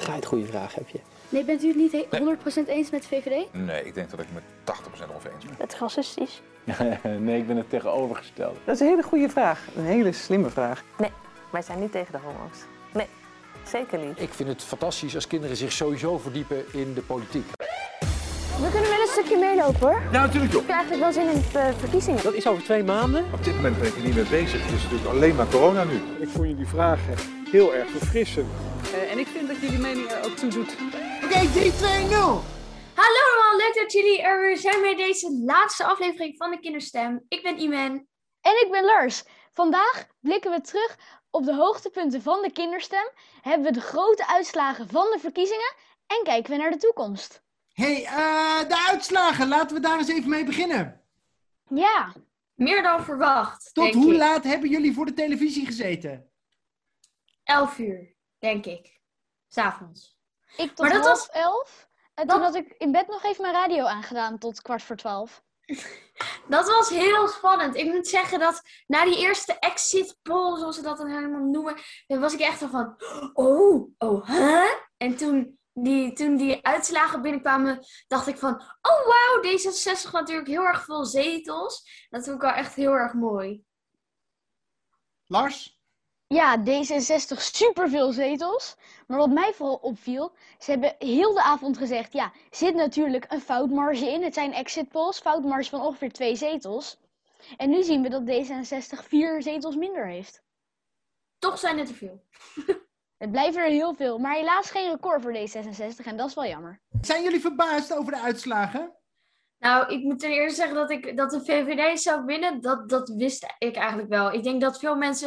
Draait goede vraag heb je. Nee, bent u het niet 100% eens met de VVD? Nee, ik denk dat ik me 80% ongeveer eens ben. Het is racistisch. Nee, ik ben het tegenovergestelde. Dat is een hele goede vraag. Een hele slimme vraag. Nee, wij zijn niet tegen de homo's. Nee, zeker niet. Ik vind het fantastisch als kinderen zich sowieso verdiepen in de politiek. We kunnen wel een stukje meelopen hoor. Ja, natuurlijk joh. Ik heb eigenlijk wel zin in de verkiezingen. Dat is over 2 maanden. Op dit moment ben ik er niet mee bezig. Het is natuurlijk alleen maar corona nu. Ik vond jullie vragen heel erg verfrissend. En ik vind dat jullie mening er ook toe doet. Oké, 3, 2, 0. Hallo allemaal, leuk dat jullie er weer zijn bij deze laatste aflevering van de Kinderstem. Ik ben Iman. En ik ben Lars. Vandaag blikken we terug op de hoogtepunten van de Kinderstem. Hebben we de grote uitslagen van de verkiezingen. En kijken we naar de toekomst. Hey, de uitslagen. Laten we daar eens even mee beginnen. Ja. Meer dan verwacht, Tot denk hoe ik. laat hebben jullie voor de televisie gezeten? 11 uur, denk ik. 'S Avonds. Ik tot Maar dat half was- 11. En toen had ik in bed nog even mijn radio aangedaan tot 11:15. Dat was heel spannend. Ik moet zeggen dat na die eerste exit poll, zoals ze dat dan helemaal noemen, was ik echt zo van, huh? En toen die uitslagen binnenkwamen, dacht ik van, oh wauw, D66 had natuurlijk heel erg veel zetels. Dat vond ik wel echt heel erg mooi. Lars? Ja, D66 superveel zetels. Maar wat mij vooral opviel, ze hebben heel de avond gezegd, ja, zit natuurlijk een foutmarge in. Het zijn exit polls, foutmarge van ongeveer 2 zetels. En nu zien we dat D66 4 zetels minder heeft. Toch zijn het te veel. Het blijven er heel veel, maar helaas geen record voor D66 en dat is wel jammer. Zijn jullie verbaasd over de uitslagen? Nou, ik moet ten eerste zeggen dat de VVD zou winnen. Dat wist ik eigenlijk wel. Ik denk dat veel mensen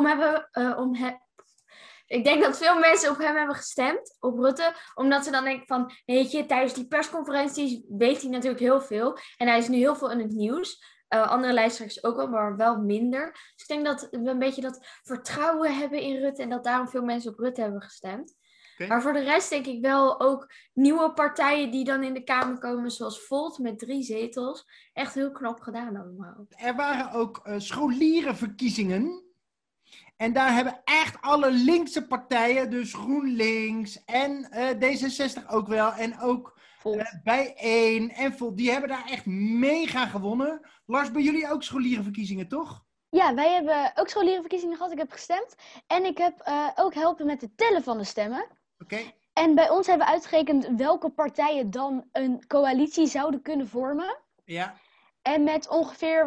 ik denk dat veel mensen op hem hebben gestemd, op Rutte. Omdat ze dan denken van, weet je, tijdens die persconferenties weet hij natuurlijk heel veel. En hij is nu heel veel in het nieuws. Andere lijsttrekkers ook wel, maar wel minder. Dus ik denk dat we een beetje dat vertrouwen hebben in Rutte. En dat daarom veel mensen op Rutte hebben gestemd. Okay. Maar voor de rest denk ik wel ook nieuwe partijen die dan in de Kamer komen, zoals Volt met 3 zetels. Echt heel knap gedaan allemaal. Er waren ook scholierenverkiezingen. En daar hebben echt alle linkse partijen, dus GroenLinks en D66 ook wel. En ook Bijeen en Volt, die hebben daar echt mega gewonnen. Lars, bij jullie ook scholierenverkiezingen, toch? Ja, wij hebben ook scholierenverkiezingen gehad. Ik heb gestemd. En ik heb ook helpen met het tellen van de stemmen. Oké. En bij ons hebben we uitgerekend welke partijen dan een coalitie zouden kunnen vormen. Ja. En met ongeveer,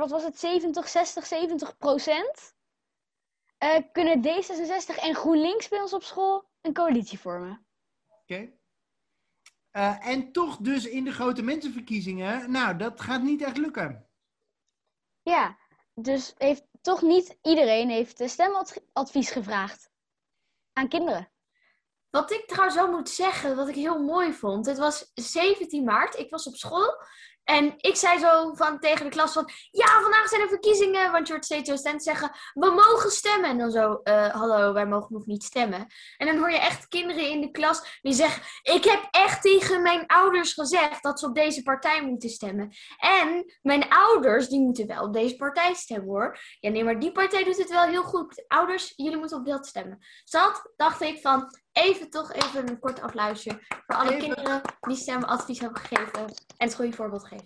70% kunnen D66 en GroenLinks bij ons op school een coalitie vormen. Oké. En toch dus in de grote mensenverkiezingen, nou, dat gaat niet echt lukken. Ja, dus toch niet iedereen heeft stemadvies gevraagd aan kinderen. Wat ik trouwens wel moet zeggen, wat ik heel mooi vond. Het was 17 maart, ik was op school. En ik zei zo tegen de klas van, ja, vandaag zijn er verkiezingen. Want je hoort steeds docenten zeggen, we mogen stemmen. En dan zo, hallo, wij mogen nog niet stemmen. En dan hoor je echt kinderen in de klas die zeggen, ik heb echt tegen mijn ouders gezegd dat ze op deze partij moeten stemmen. En mijn ouders, die moeten wel op deze partij stemmen hoor. Ja, nee, maar die partij doet het wel heel goed. Ouders, jullie moeten op dat stemmen. Dus dat dacht ik van, even een kort applausje voor alle kinderen die stemadvies hebben gegeven en het goede voorbeeld geven.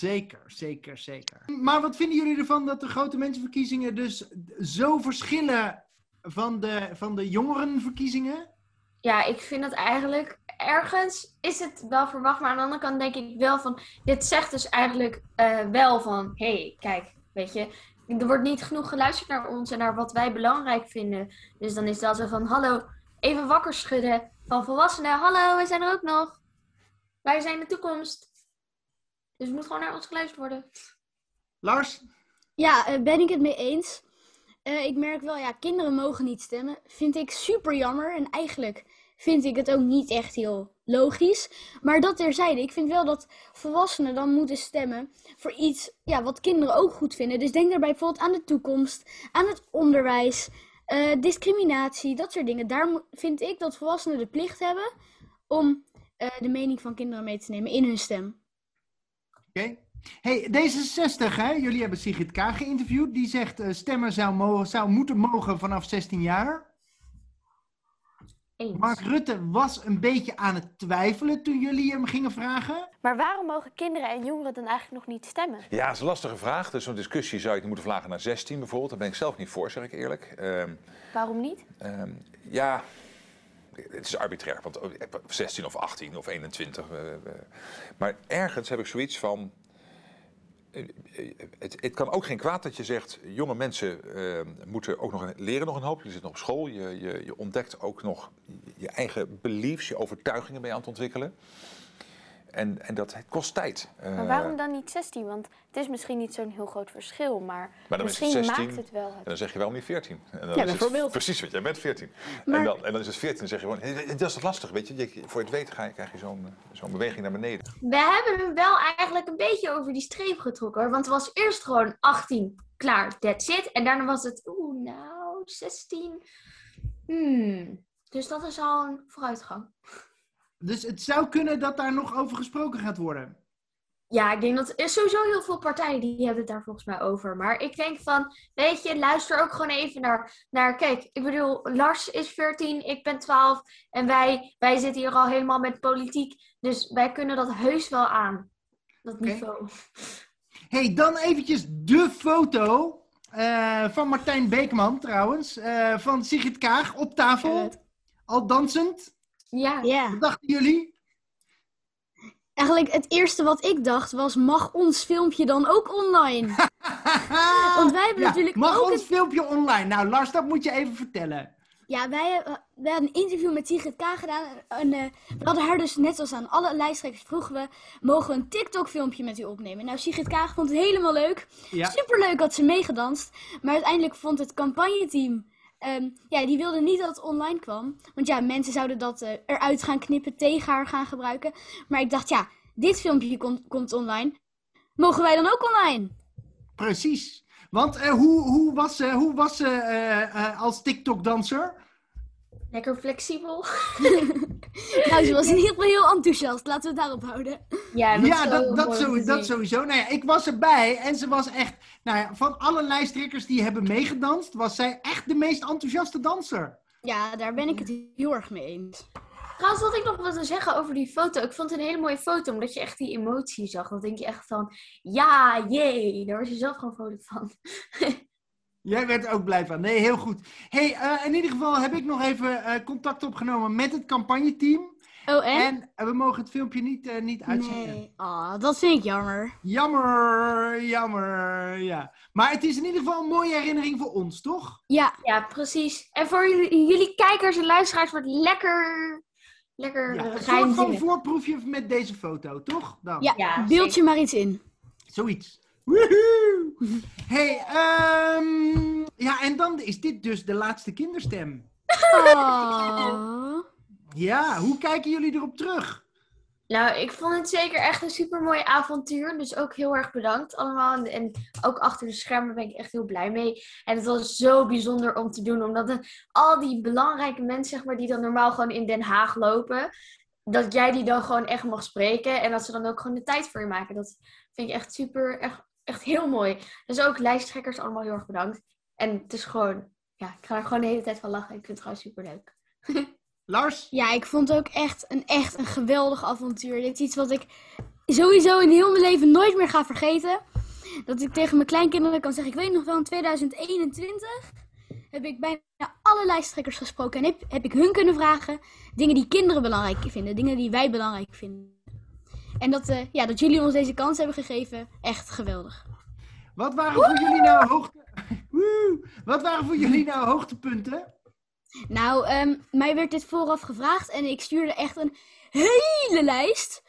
Zeker. Maar wat vinden jullie ervan dat de grote mensenverkiezingen dus zo verschillen van de jongerenverkiezingen? Ja, ik vind dat eigenlijk, ergens is het wel verwacht, maar aan de andere kant denk ik wel van, dit zegt dus eigenlijk wel van, hé, kijk, weet je, er wordt niet genoeg geluisterd naar ons en naar wat wij belangrijk vinden. Dus dan is dat zo van, hallo, even wakker schudden van volwassenen. Hallo, wij zijn er ook nog. Wij zijn de toekomst. Dus het moet gewoon naar ons geluisterd worden. Lars? Ja, ben ik het mee eens. Ik merk wel, ja, kinderen mogen niet stemmen. Vind ik super jammer. En eigenlijk vind ik het ook niet echt heel logisch. Maar dat terzijde. Ik vind wel dat volwassenen dan moeten stemmen voor iets wat kinderen ook goed vinden. Dus denk daarbij bijvoorbeeld aan de toekomst, aan het onderwijs, discriminatie, dat soort dingen. Daar vind ik dat volwassenen de plicht hebben om de mening van kinderen mee te nemen in hun stem. Oké. Hey, D66, hè? Jullie hebben Sigrid Kaag geïnterviewd. Die zegt stemmen zou moeten mogen vanaf 16 jaar. Eens. Mark Rutte was een beetje aan het twijfelen toen jullie hem gingen vragen. Maar waarom mogen kinderen en jongeren dan eigenlijk nog niet stemmen? Ja, dat is een lastige vraag. Dus zo'n discussie zou je moeten vragen naar 16 bijvoorbeeld. Daar ben ik zelf niet voor, zeg ik eerlijk. Waarom niet? Ja, het is arbitrair. Want 16 of 18 of 21. Maar ergens heb ik zoiets van... Het kan ook geen kwaad dat je zegt, jonge mensen moeten ook nog leren nog een hoop. Je zit nog op school, je ontdekt ook nog je eigen beliefs, je overtuigingen mee aan het ontwikkelen. En dat kost tijd. Maar waarom dan niet 16? Want het is misschien niet zo'n heel groot verschil, maar dan misschien is het 16, maakt het wel. En dan zeg je wel niet 14. En dan Ja, is bijvoorbeeld. Het, precies, want jij bent 14. Maar... En dan is het 14 en zeg je gewoon, dat is toch lastig, weet je. Voor het weten krijg je zo'n beweging naar beneden. We hebben hem wel eigenlijk een beetje over die streep getrokken, hoor. Want het was eerst gewoon 18, klaar, that's it. En daarna was het, 16. Dus dat is al een vooruitgang. Dus het zou kunnen dat daar nog over gesproken gaat worden. Ja, ik denk dat er sowieso heel veel partijen die hebben het daar volgens mij over. Maar ik denk van, weet je, luister ook gewoon even naar kijk, ik bedoel, Lars is 14, ik ben 12 en wij zitten hier al helemaal met politiek. Dus wij kunnen dat heus wel aan, dat niveau. Hey, dan eventjes de foto van Martijn Beekman trouwens, van Sigrid Kaag op tafel, al dansend. Ja. Wat dachten jullie? Eigenlijk het eerste wat ik dacht was, mag ons filmpje dan ook online? Want wij hebben natuurlijk mag ook ons filmpje online? Nou Lars, dat moet je even vertellen. Ja, wij hadden een interview met Sigrid Kaag gedaan. En, we hadden haar dus net als aan alle lijsttrekkers vroegen we, mogen we een TikTok filmpje met u opnemen? Nou, Sigrid Kaag vond het helemaal leuk. Ja. Superleuk had ze meegedanst. Maar uiteindelijk vond het campagneteam... die wilde niet dat het online kwam. Want ja, mensen zouden dat eruit gaan knippen, tegen haar gaan gebruiken. Maar ik dacht, ja, dit filmpje komt online. Mogen wij dan ook online? Precies. Want hoe was ze als TikTok-danser? Lekker flexibel. Nou, ze was in ieder geval heel enthousiast. Laten we het daarop houden. Ja, dat sowieso. Nou ja, ik was erbij en ze was echt... Nou ja, van alle lijsttrekkers die hebben meegedanst, was zij echt de meest enthousiaste danser. Ja, daar ben ik het heel erg mee eens. Trouwens, wat ik nog wilde zeggen over die foto. Ik vond het een hele mooie foto, omdat je echt die emotie zag. Dan denk je echt van, ja, jee. Daar was je zelf gewoon vrolijk van. Jij werd er ook blij van. Nee, heel goed. Hey, in ieder geval heb ik nog even contact opgenomen met het campagneteam. Oh, en? En we mogen het filmpje niet uitzenden. Nee, dat vind ik jammer. Jammer, ja. Maar het is in ieder geval een mooie herinnering voor ons, toch? Ja. Ja, precies. En voor jullie kijkers en luisteraars wordt lekker een soort van voorproefje met deze foto, toch? Dan. Ja, beeld je maar iets in. Zoiets. Woehoe! Hey, ja, en dan is dit dus de laatste kinderstem. Oh. Ja, hoe kijken jullie erop terug? Nou, ik vond het zeker echt een supermooi avontuur. Dus ook heel erg bedankt allemaal. En ook achter de schermen ben ik echt heel blij mee. En het was zo bijzonder om te doen. Omdat al die belangrijke mensen, zeg maar, die dan normaal gewoon in Den Haag lopen. Dat jij die dan gewoon echt mag spreken. En dat ze dan ook gewoon de tijd voor je maken. Dat vind ik echt super, echt heel mooi. Dus ook lijsttrekkers allemaal heel erg bedankt. En het is gewoon, ja, ik ga er gewoon de hele tijd van lachen. Ik vind het gewoon super leuk. Lars? Ja, ik vond het ook echt een geweldig avontuur. Dit is iets wat ik sowieso in heel mijn leven nooit meer ga vergeten. Dat ik tegen mijn kleinkinderen kan zeggen, ik weet nog wel, in 2021 heb ik bijna alle lijsttrekkers gesproken. En heb ik hun kunnen vragen dingen die kinderen belangrijk vinden. Dingen die wij belangrijk vinden. En dat jullie ons deze kans hebben gegeven, echt geweldig. Wat waren voor jullie nou Wat waren voor jullie nou hoogtepunten? Nou, mij werd dit vooraf gevraagd en ik stuurde echt een hele lijst.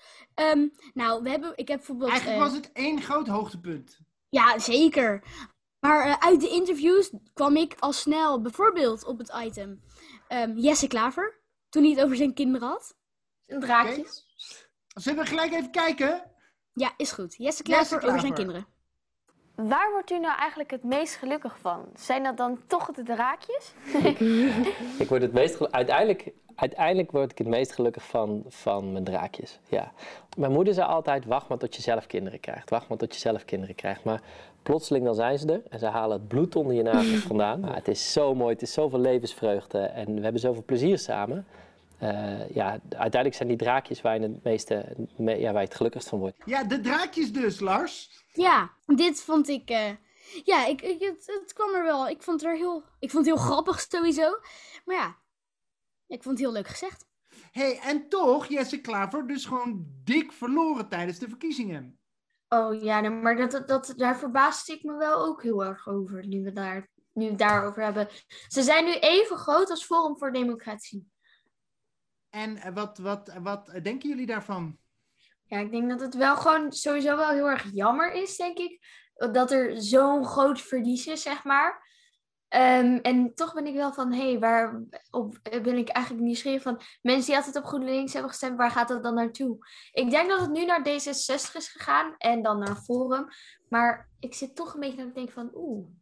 Ik heb bijvoorbeeld... Eigenlijk was het één groot hoogtepunt. Ja, zeker. Maar uit de interviews kwam ik al snel bijvoorbeeld op het item Jesse Klaver, toen hij het over zijn kinderen had. Draakjes. Zullen we gelijk even kijken? Ja, is goed. Jesse Klaver over zijn kinderen. Waar wordt u nou eigenlijk het meest gelukkig van? Zijn dat dan toch de draakjes? Ik word het meest uiteindelijk word ik het meest gelukkig van mijn draakjes. Ja. Mijn moeder zei altijd, wacht maar tot je zelf kinderen krijgt. Wacht maar tot je zelf kinderen krijgt. Maar plotseling dan zijn ze er en ze halen het bloed onder je nagels vandaan. Maar het is zo mooi, het is zoveel levensvreugde en we hebben zoveel plezier samen. Uiteindelijk zijn die draakjes waar je het gelukkigst van wordt. Ja, de draakjes dus, Lars. Ja, dit vond ik... het kwam er wel. Ik vond het heel grappig sowieso. Maar ja, ik vond het heel leuk gezegd. Hey, en toch, Jesse Klaver, dus gewoon dik verloren tijdens de verkiezingen. Oh ja, nee, maar daar verbaasde ik me wel ook heel erg over, nu we het daarover hebben. Ze zijn nu even groot als Forum voor Democratie. En wat denken jullie daarvan? Ja, ik denk dat het wel gewoon sowieso wel heel erg jammer is, denk ik. Dat er zo'n groot verlies is, zeg maar. En toch ben ik wel van, ben ik eigenlijk nieuwsgierig van... Mensen die altijd op GroenLinks hebben gestemd, waar gaat dat dan naartoe? Ik denk dat het nu naar D66 is gegaan en dan naar Forum. Maar ik zit toch een beetje aan het denken van,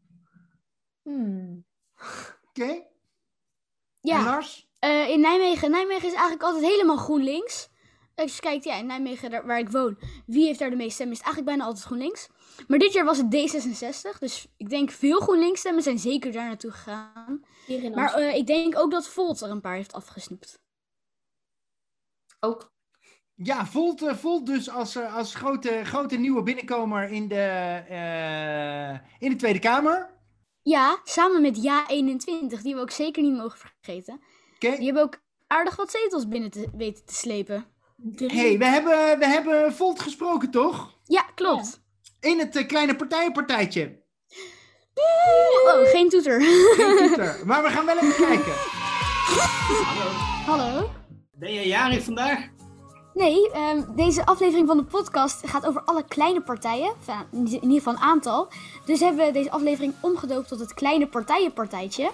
Oké. Ja. En Lars? In Nijmegen. Nijmegen is eigenlijk altijd helemaal GroenLinks. Als je kijkt, in Nijmegen, waar ik woon, wie heeft daar de meeste stemmen? Is het eigenlijk bijna altijd GroenLinks. Maar dit jaar was het D66, dus ik denk veel GroenLinks stemmen zijn zeker daar naartoe gegaan. Maar ik denk ook dat Volt er een paar heeft afgesnoept. Ook. Ja, Volt dus als grote nieuwe binnenkomer in de Tweede Kamer. Ja, samen met Ja21, die we ook zeker niet mogen vergeten. Okay. Die hebben ook aardig wat zetels binnen weten te slepen. Hey, we hebben Volt gesproken, toch? Ja, klopt. In het kleine partijenpartijtje. Oh, geen toeter. Geen toeter, maar we gaan wel even kijken. Hallo. Ben jij jarig vandaag? Nee, deze aflevering van de podcast gaat over alle kleine partijen. In ieder geval een aantal. Dus hebben we deze aflevering omgedoopt tot het kleine partijenpartijtje.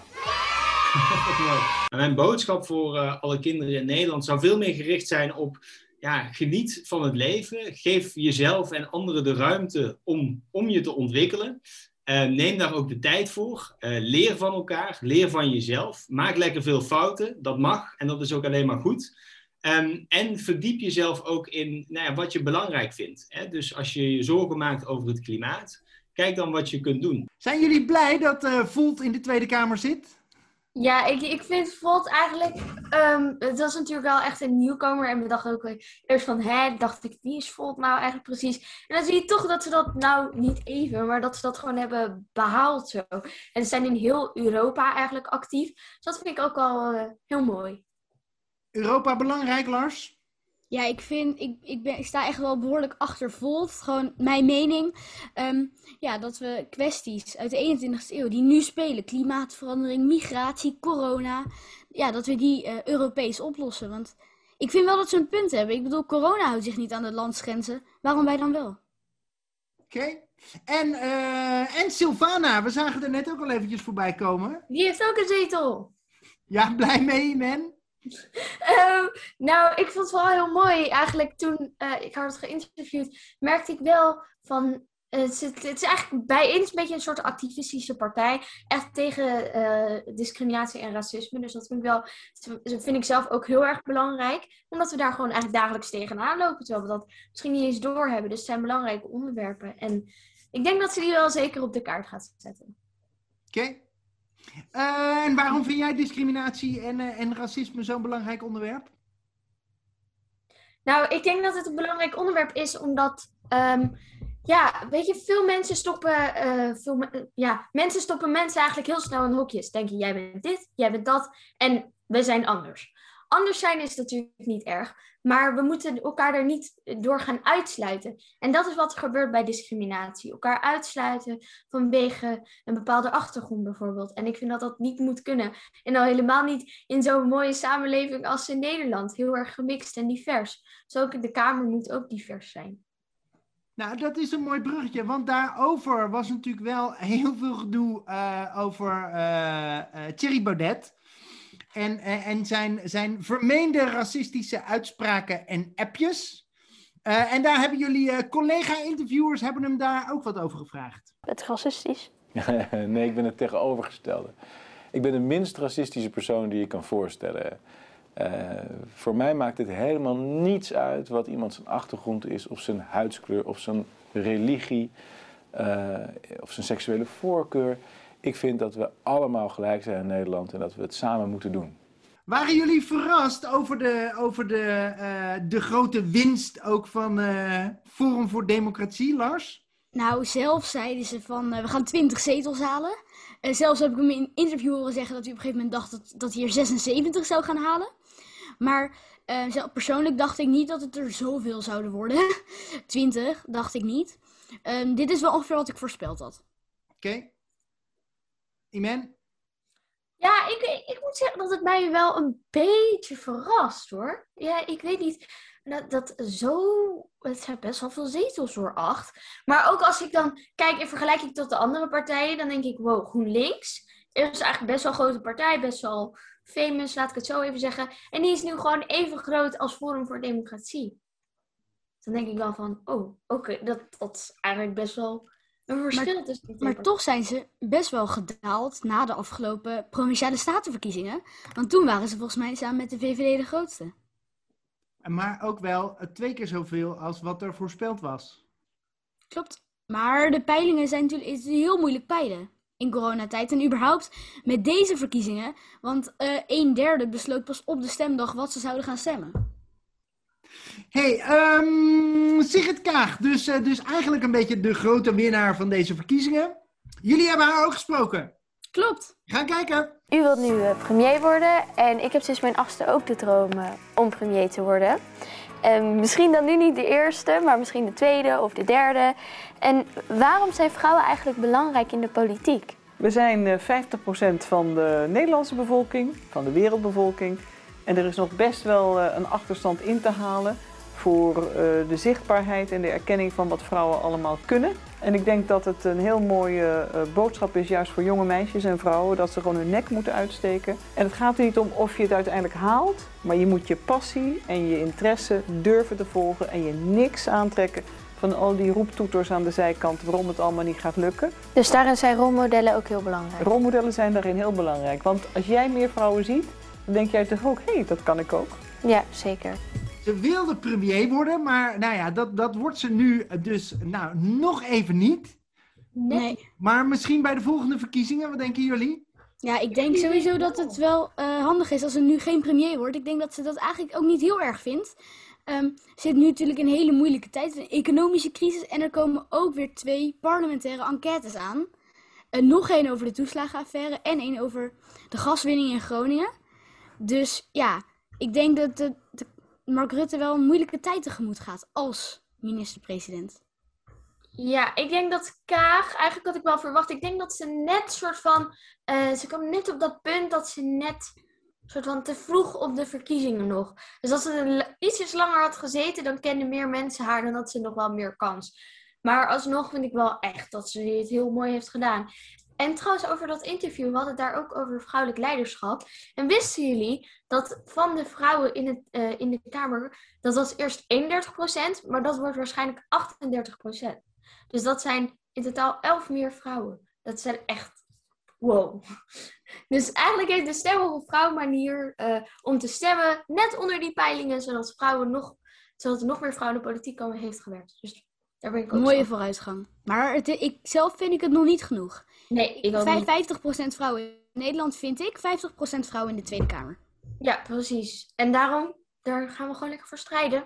Mijn boodschap voor alle kinderen in Nederland zou veel meer gericht zijn op... geniet van het leven. Geef jezelf en anderen de ruimte om je te ontwikkelen. Neem daar ook de tijd voor. Leer van elkaar. Leer van jezelf. Maak lekker veel fouten. Dat mag en dat is ook alleen maar goed. En verdiep jezelf ook in wat je belangrijk vindt. Hè? Dus als je je zorgen maakt over het klimaat, kijk dan wat je kunt doen. Zijn jullie blij dat Volt in de Tweede Kamer zit? Ja, ik vind Volt eigenlijk... het was natuurlijk wel echt een nieuwkomer. En we dachten ook eerst van... dacht ik, wie is Volt nou eigenlijk precies? En dan zie je toch dat ze dat nou niet even... maar dat ze dat gewoon hebben behaald zo. En ze zijn in heel Europa eigenlijk actief. Dus dat vind ik ook wel heel mooi. Europa belangrijk, Lars? Ja, ik sta echt wel behoorlijk achter Volt. Gewoon mijn mening. Dat we kwesties uit de 21e eeuw die nu spelen. Klimaatverandering, migratie, corona. Ja, dat we die Europees oplossen. Want ik vind wel dat ze een punt hebben. Ik bedoel, corona houdt zich niet aan de landsgrenzen. Waarom wij dan wel? Oké. En Sylvana, we zagen er net ook al eventjes voorbij komen. Die heeft ook een zetel. Ja, blij mee, man. Nou, ik vond het wel heel mooi. Eigenlijk toen ik haar had geïnterviewd, merkte ik wel van... Het is eigenlijk bij een beetje een soort activistische partij. Echt tegen discriminatie en racisme. Dus dat vind ik zelf ook heel erg belangrijk. Omdat we daar gewoon eigenlijk dagelijks tegenaan lopen. Terwijl we dat misschien niet eens doorhebben. Dus het zijn belangrijke onderwerpen. En ik denk dat ze die wel zeker op de kaart gaat zetten. Oké. En waarom vind jij discriminatie en racisme zo'n belangrijk onderwerp? Nou, ik denk dat het een belangrijk onderwerp is omdat... weet je, veel mensen stoppen mensen eigenlijk heel snel in hokjes. Denken, jij bent dit, jij bent dat en we zijn anders. Anders zijn is natuurlijk niet erg, maar we moeten elkaar er niet door gaan uitsluiten. En dat is wat er gebeurt bij discriminatie. Elkaar uitsluiten vanwege een bepaalde achtergrond bijvoorbeeld. En ik vind dat dat niet moet kunnen. En al helemaal niet in zo'n mooie samenleving als in Nederland. Heel erg gemixt en divers. Zo ook de Kamer moet ook divers zijn. Nou, dat is een mooi bruggetje, want daarover was natuurlijk wel heel veel gedoe over Thierry Baudet. En zijn vermeende racistische uitspraken en appjes. En daar hebben jullie collega-interviewers hebben hem daar ook wat over gevraagd. Het is racistisch. Nee, ik ben het tegenovergestelde. Ik ben de minst racistische persoon die je kan voorstellen. Voor mij maakt het helemaal niets uit wat iemand zijn achtergrond is, of zijn huidskleur, of zijn religie, of zijn seksuele voorkeur. Ik vind dat we allemaal gelijk zijn in Nederland en dat we het samen moeten doen. Waren jullie verrast over de grote winst ook van Forum voor Democratie, Lars? Nou, zelf zeiden ze van, we gaan 20 zetels halen. Zelfs heb ik hem in een interview horen zeggen dat hij op een gegeven moment dacht dat hij er 76 zou gaan halen. Maar persoonlijk dacht ik niet dat het er zoveel zouden worden. 20, dacht ik niet. Dit is wel ongeveer wat ik voorspeld had. Oké. Iman? Ja, ik moet zeggen dat het mij wel een beetje verrast, hoor. Ja, ik weet niet. Het zijn best wel veel zetels, hoor, 8. Maar ook als ik dan kijk in vergelijking tot de andere partijen, dan denk ik, wow, GroenLinks is eigenlijk best wel een grote partij, best wel famous, laat ik het zo even zeggen. En die is nu gewoon even groot als Forum voor Democratie. Dan denk ik wel van, oké, dat is eigenlijk best wel een verschil tussen die twee Maar toch zijn ze best wel gedaald na de afgelopen Provinciale Statenverkiezingen. Want toen waren ze volgens mij samen met de VVD de grootste. Maar ook wel 2 keer zoveel als wat er voorspeld was. Klopt. Maar de peilingen zijn natuurlijk heel moeilijk peilen in coronatijd. En überhaupt met deze verkiezingen. Want 1/3 besloot pas op de stemdag wat ze zouden gaan stemmen. Hey, Sigrid Kaag. Dus eigenlijk een beetje de grote winnaar van deze verkiezingen. Jullie hebben haar ook gesproken. Klopt. Ga kijken. U wilt nu premier worden en ik heb sinds mijn 8e ook de droom om premier te worden. Misschien dan nu niet de eerste, maar misschien de tweede of de derde. En waarom zijn vrouwen eigenlijk belangrijk in de politiek? We zijn 50% van de Nederlandse bevolking, van de wereldbevolking. En er is nog best wel een achterstand in te halen voor de zichtbaarheid en de erkenning van wat vrouwen allemaal kunnen. En ik denk dat het een heel mooie boodschap is, juist voor jonge meisjes en vrouwen, dat ze gewoon hun nek moeten uitsteken. En het gaat er niet om of je het uiteindelijk haalt, maar je moet je passie en je interesse durven te volgen en je niks aantrekken van al die roeptoeters aan de zijkant waarom het allemaal niet gaat lukken. Dus daarin zijn rolmodellen ook heel belangrijk? Rolmodellen zijn daarin heel belangrijk, want als jij meer vrouwen ziet, dan denk jij toch ook, hé, dat kan ik ook. Ja, zeker. Ze wilde premier worden, maar nou ja, dat wordt ze nu dus nog even niet. Nee. Maar misschien bij de volgende verkiezingen, wat denken jullie? Ja, ik denk sowieso dat het wel handig is als ze nu geen premier wordt. Ik denk dat ze dat eigenlijk ook niet heel erg vindt. Zit nu natuurlijk in een hele moeilijke tijd, een economische crisis. En er komen ook weer 2 parlementaire enquêtes aan. Nog één over de toeslagenaffaire en één over de gaswinning in Groningen. Dus ja, ik denk dat Mark Rutte wel een moeilijke tijd tegemoet gaat als minister-president. Ja, ik denk dat Kaag, eigenlijk had ik wel verwacht, ik denk dat ze net soort van, ze kwam net op dat punt dat ze net soort van te vroeg op de verkiezingen nog. Dus als ze ietsjes langer had gezeten, dan kenden meer mensen haar, dan had ze nog wel meer kans. Maar alsnog vind ik wel echt dat ze het heel mooi heeft gedaan. En trouwens over dat interview, we hadden het daar ook over vrouwelijk leiderschap. En wisten jullie dat van de vrouwen in de Kamer, dat was eerst 31%, maar dat wordt waarschijnlijk 38%. Dus dat zijn in totaal 11 meer vrouwen. Dat zijn echt wow. Dus eigenlijk heeft de Stem op een Vrouw manier om te stemmen net onder die peilingen, zodat er nog meer vrouwen in de politiek komen, heeft gewerkt. Dus daar ben ik ook mooie vooruitgang. Maar zelf vind ik het nog niet genoeg. Nee, ik ook niet. 50% vrouwen in Nederland vind ik, 50% vrouwen in de Tweede Kamer. Ja, precies. En daar gaan we gewoon lekker voor strijden.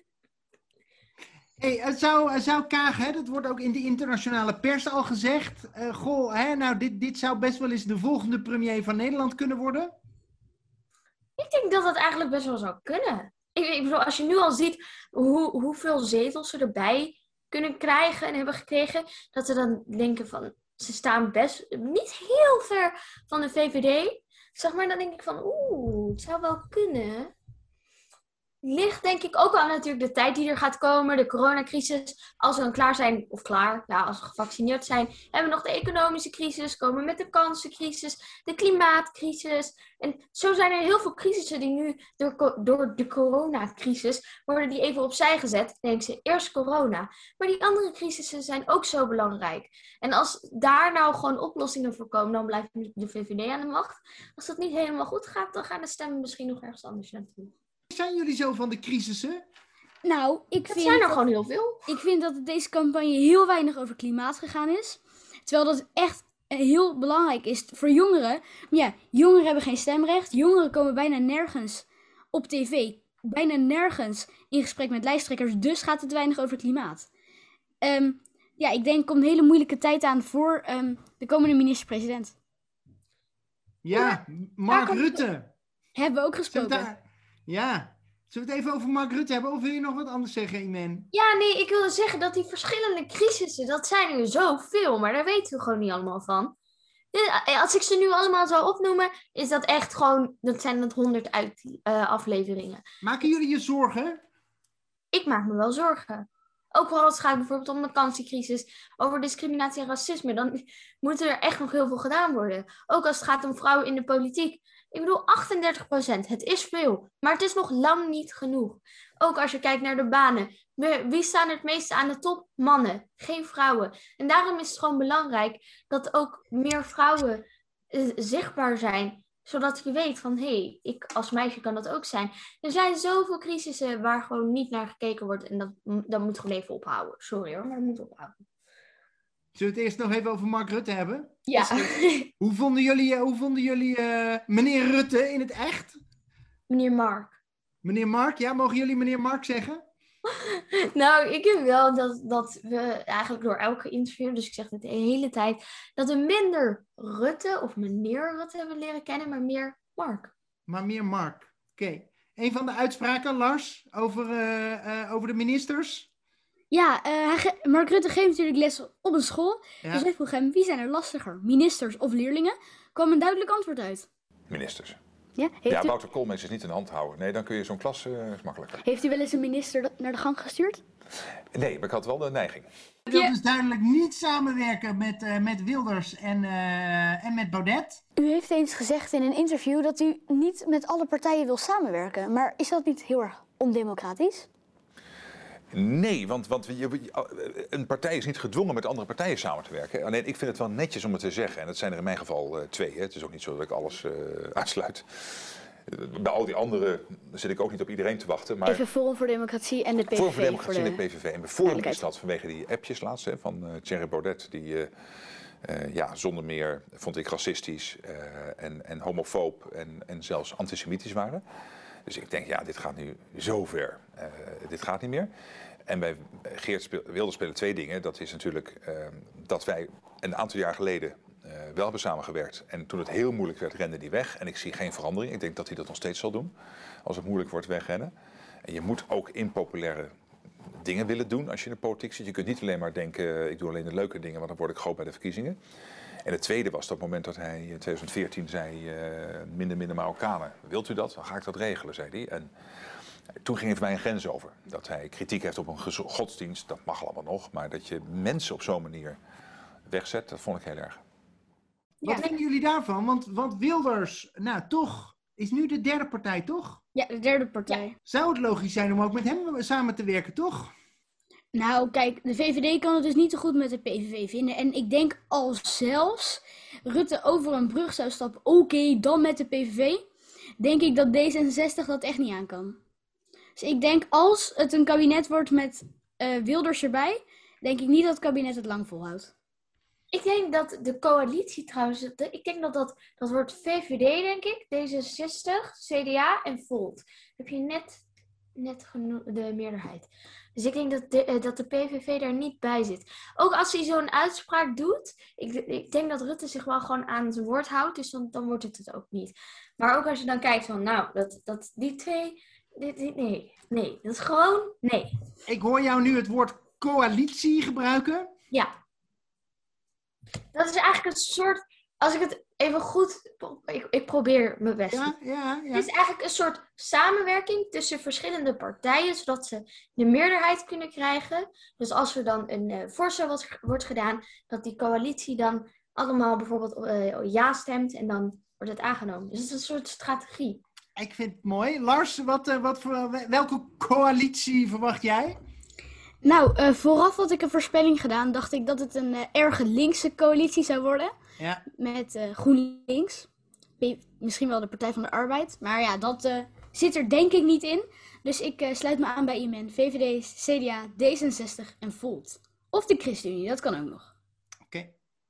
Hey, zou Kaag, hè, dat wordt ook in de internationale pers al gezegd. Dit zou best wel eens de volgende premier van Nederland kunnen worden? Ik denk dat dat eigenlijk best wel zou kunnen. Ik bedoel, als je nu al ziet hoeveel zetels ze erbij kunnen krijgen en hebben gekregen, dat ze dan denken van, ze staan best niet heel ver van de VVD. Zeg maar, dan denk ik van, het zou wel kunnen. ligt denk ik ook aan natuurlijk de tijd die er gaat komen, de coronacrisis. Als we dan klaar zijn, of klaar, ja, als we gevaccineerd zijn, hebben we nog de economische crisis, komen we met de kansencrisis, de klimaatcrisis. En zo zijn er heel veel crisissen die nu door de coronacrisis worden die even opzij gezet. Dan denken ze eerst corona. Maar die andere crisissen zijn ook zo belangrijk. En als daar nou gewoon oplossingen voor komen, dan blijft de VVD aan de macht. Als dat niet helemaal goed gaat, dan gaan de stemmen misschien nog ergens anders naartoe. Zijn jullie zo van de crisissen? Nou, Het zijn er gewoon heel veel. Ik vind dat deze campagne heel weinig over klimaat gegaan is. Terwijl dat echt heel belangrijk is voor jongeren. Maar ja, jongeren hebben geen stemrecht. Jongeren komen bijna nergens op tv. Bijna nergens in gesprek met lijsttrekkers. Dus gaat het weinig over klimaat. Ja, ik denk komt een hele moeilijke tijd aan voor de komende minister-president. Ja, Mark Rutte. Hebben we ook gesproken. Ja. Zullen we het even over Mark Rutte hebben? Of wil je nog wat anders zeggen, Imen? Ja, nee, ik wilde zeggen dat die verschillende crisissen, dat zijn er zoveel, maar daar weten we gewoon niet allemaal van. Als ik ze nu allemaal zou opnoemen, is dat echt gewoon, dat zijn het 100 afleveringen. Maken jullie je zorgen? Ik maak me wel zorgen. Ook wel als het gaat bijvoorbeeld om de kansencrisis, over discriminatie en racisme, dan moet er echt nog heel veel gedaan worden. Ook als het gaat om vrouwen in de politiek. Ik bedoel, 38%, het is veel, maar het is nog lang niet genoeg. Ook als je kijkt naar de banen. Wie staan het meeste aan de top? Mannen, geen vrouwen. En daarom is het gewoon belangrijk dat ook meer vrouwen zichtbaar zijn. Zodat je weet van, hé, ik als meisje kan dat ook zijn. Er zijn zoveel crisissen waar gewoon niet naar gekeken wordt. En dat moet gewoon even ophouden. Sorry hoor, maar dat moet ophouden. Zullen we het eerst nog even over Mark Rutte hebben? Ja. Hoe vonden jullie meneer Rutte in het echt? Meneer Mark. Meneer Mark, ja, mogen jullie meneer Mark zeggen? Nou, ik vind wel dat we eigenlijk door elke interview, dus ik zeg het de hele tijd, dat we minder Rutte of meneer Rutte hebben leren kennen, maar meer Mark. Maar meer Mark. Oké. Een van de uitspraken, Lars, over de ministers? Ja, Mark Rutte geeft natuurlijk les op een school. Ja. Dus hij vroeg hem, wie zijn er lastiger, ministers of leerlingen? Kwam een duidelijk antwoord uit. Ministers. Ja, Wouter Koolmees is niet in hand houden. Nee, dan kun je zo'n klas is makkelijker. Heeft u wel eens een minister naar de gang gestuurd? Nee, maar ik had wel de neiging. Je wilt dus duidelijk niet samenwerken met Wilders en met Baudet. U heeft eens gezegd in een interview dat u niet met alle partijen wil samenwerken. Maar is dat niet heel erg ondemocratisch? Nee, want een partij is niet gedwongen met andere partijen samen te werken. Alleen ik vind het wel netjes om het te zeggen. En dat zijn er in mijn geval 2. Hè. Het is ook niet zo dat ik alles uitsluit. Bij al die anderen zit ik ook niet op iedereen te wachten. Maar even Forum voor Democratie en de PVV. Forum voor Democratie en de PVV. En bijvoorbeeld is dat vanwege die appjes laatst van Thierry Baudet. Die zonder meer, vond ik, racistisch en homofoob en zelfs antisemitisch waren. Dus ik denk, ja, dit gaat nu zo ver. Dit gaat niet meer. En bij Geert Wilders spelen 2 dingen. Dat is natuurlijk dat wij een aantal jaar geleden wel hebben samengewerkt. En toen het heel moeilijk werd, rende die weg. En ik zie geen verandering. Ik denk dat hij dat nog steeds zal doen. Als het moeilijk wordt, wegrennen. En je moet ook impopulaire dingen willen doen als je in de politiek zit. Je kunt niet alleen maar denken, ik doe alleen de leuke dingen, want dan word ik groot bij de verkiezingen. En het tweede was dat moment dat hij in 2014 zei, minder Marokkanen. Wilt u dat? Dan ga ik dat regelen, zei hij. En toen ging er voor mij een grens over. Dat hij kritiek heeft op een godsdienst, dat mag allemaal nog. Maar dat je mensen op zo'n manier wegzet, dat vond ik heel erg. Wat denken jullie daarvan? Want Wilders, nou toch, is nu de derde partij, toch? Ja, de derde partij. Ja. Zou het logisch zijn om ook met hem samen te werken, toch? Nou, kijk, de VVD kan het dus niet zo goed met de PVV vinden. En ik denk als zelfs Rutte over een brug zou stappen, oké, dan met de PVV, denk ik dat D66 dat echt niet aan kan. Dus ik denk als het een kabinet wordt met Wilders erbij, denk ik niet dat het kabinet het lang volhoudt. Ik denk dat de coalitie trouwens, ik denk dat wordt VVD, denk ik, D66, CDA en Volt. Dan heb je net de meerderheid. Dus ik denk dat de PVV daar niet bij zit. Ook als hij zo'n uitspraak doet, ik denk dat Rutte zich wel gewoon aan zijn woord houdt, dus dan wordt het ook niet. Maar ook als je dan kijkt van, nou, dat die twee, nee, dat is gewoon nee. Ik hoor jou nu het woord coalitie gebruiken. Ja. Dat is eigenlijk een soort als ik het even goed... Ik probeer mijn best. Ja. Het is eigenlijk een soort samenwerking tussen verschillende partijen, zodat ze de meerderheid kunnen krijgen. Dus als er dan een voorstel wordt gedaan, dat die coalitie dan allemaal bijvoorbeeld ja stemt en dan wordt het aangenomen. Dus het is een soort strategie. Ik vind het mooi. Lars, welke coalitie verwacht jij? Nou, vooraf had ik een voorspelling gedaan. Dacht ik dat het een erg linkse coalitie zou worden. Ja. Met GroenLinks. Misschien wel de Partij van de Arbeid. Maar ja, dat zit er denk ik niet in. Dus ik sluit me aan bij IMN, VVD, CDA, D66 en Volt. Of de ChristenUnie, dat kan ook nog. Oké.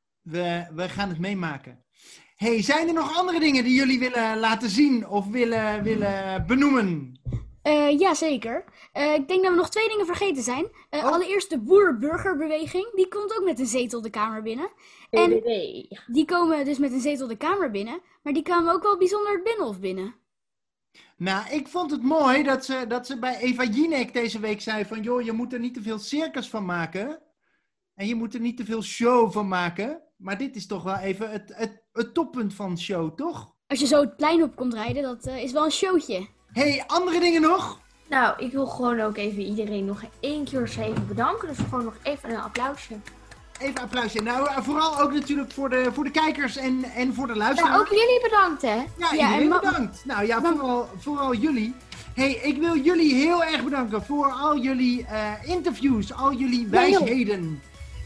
We gaan het meemaken. Hey, zijn er nog andere dingen die jullie willen laten zien of willen benoemen? Jazeker. Ik denk dat we nog 2 dingen vergeten zijn. Allereerst de boer-burgerbeweging. Die komt ook met een zetel de Kamer binnen. En die komen dus met een zetel de Kamer binnen. Maar die kwamen ook wel bijzonder het Binnenhof binnen. Nou, ik vond het mooi dat ze bij Eva Jinek deze week zei van... joh, je moet er niet te veel circus van maken. En je moet er niet te veel show van maken. Maar dit is toch wel even het toppunt van show, toch? Als je zo het plein op komt rijden, dat is wel een showtje. Hey, andere dingen nog? Nou, ik wil gewoon ook even iedereen nog 1 keer even bedanken. Dus gewoon nog even een applausje. Even een applausje. Nou, vooral ook natuurlijk voor de kijkers en voor de luisteraars. Ja, ook jullie bedankt, hè? Ja, iedereen bedankt. Nou ja, vooral jullie. Hey, ik wil jullie heel erg bedanken voor al jullie interviews, al jullie wijsheden.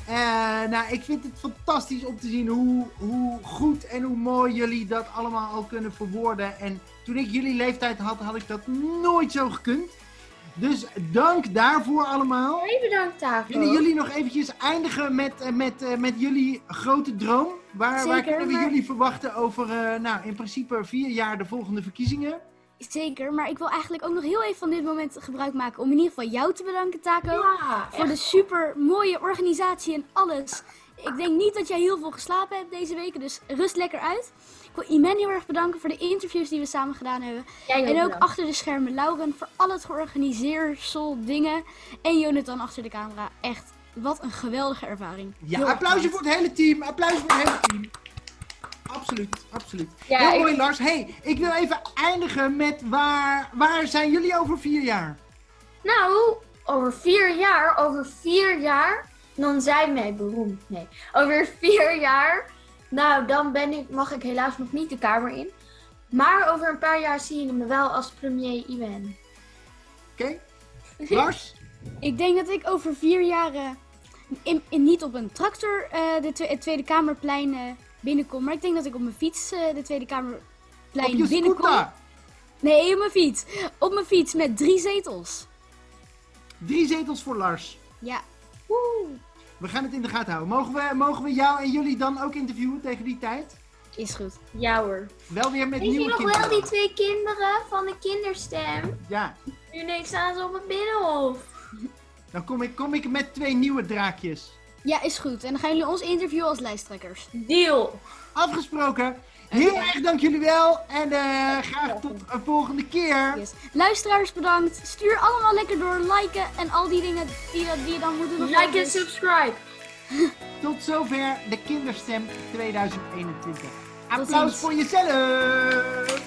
Nou, ik vind het fantastisch om te zien hoe goed en hoe mooi jullie dat allemaal al kunnen verwoorden. En toen ik jullie leeftijd had ik dat nooit zo gekund. Dus dank daarvoor allemaal. Heel bedankt daarvoor. Willen jullie nog eventjes eindigen met jullie grote droom? Waar kunnen we jullie verwachten over, nou, in principe 4 jaar de volgende verkiezingen? Zeker, maar ik wil eigenlijk ook nog heel even van dit moment gebruik maken om in ieder geval jou te bedanken, Taco. Ja, voor de super mooie organisatie en alles. Ik denk niet dat jij heel veel geslapen hebt deze weken, dus rust lekker uit. Ik wil Iman heel erg bedanken voor de interviews die we samen gedaan hebben. En ook achter de schermen Lauren voor al het georganiseersel dingen. En Jonathan achter de camera. Echt, wat een geweldige ervaring. Ja, applausje voor het hele team. Absoluut. Ja, heel mooi, Lars. Hey, ik wil even eindigen met waar zijn jullie over 4 jaar? Nou, over 4 jaar, dan zijn wij beroemd. Nee, over 4 jaar, nou, dan mag ik helaas nog niet de Kamer in. Maar over een paar jaar zie je me wel als premier Iwan. Oké. Lars? Ik denk dat ik over 4 jaar niet op een tractor het Tweede Kamerplein binnenkom. Maar ik denk dat ik op mijn fiets de Tweede Kamerplein binnenkom. Nee, op mijn fiets. Op mijn fiets met 3 zetels. 3 zetels voor Lars. Ja. Woe. We gaan het in de gaten houden. Mogen we jou en jullie dan ook interviewen tegen die tijd? Is goed. Ja hoor. Wel weer met nieuwe kinderen. Weet je nog wel die 2 kinderen van de kinderstem? Ja. Nu staan ze op het Binnenhof. Dan kom ik met 2 nieuwe draakjes. Ja, is goed. En dan gaan jullie ons interviewen als lijsttrekkers. Deal. Afgesproken. Heel erg dank jullie wel. En graag tot een volgende keer. Yes. Luisteraars bedankt. Stuur allemaal lekker door. Liken en al die dingen die je dan moet doen. Like en subscribe. Tot zover de Kinderstem 2021. Applaus voor jezelf.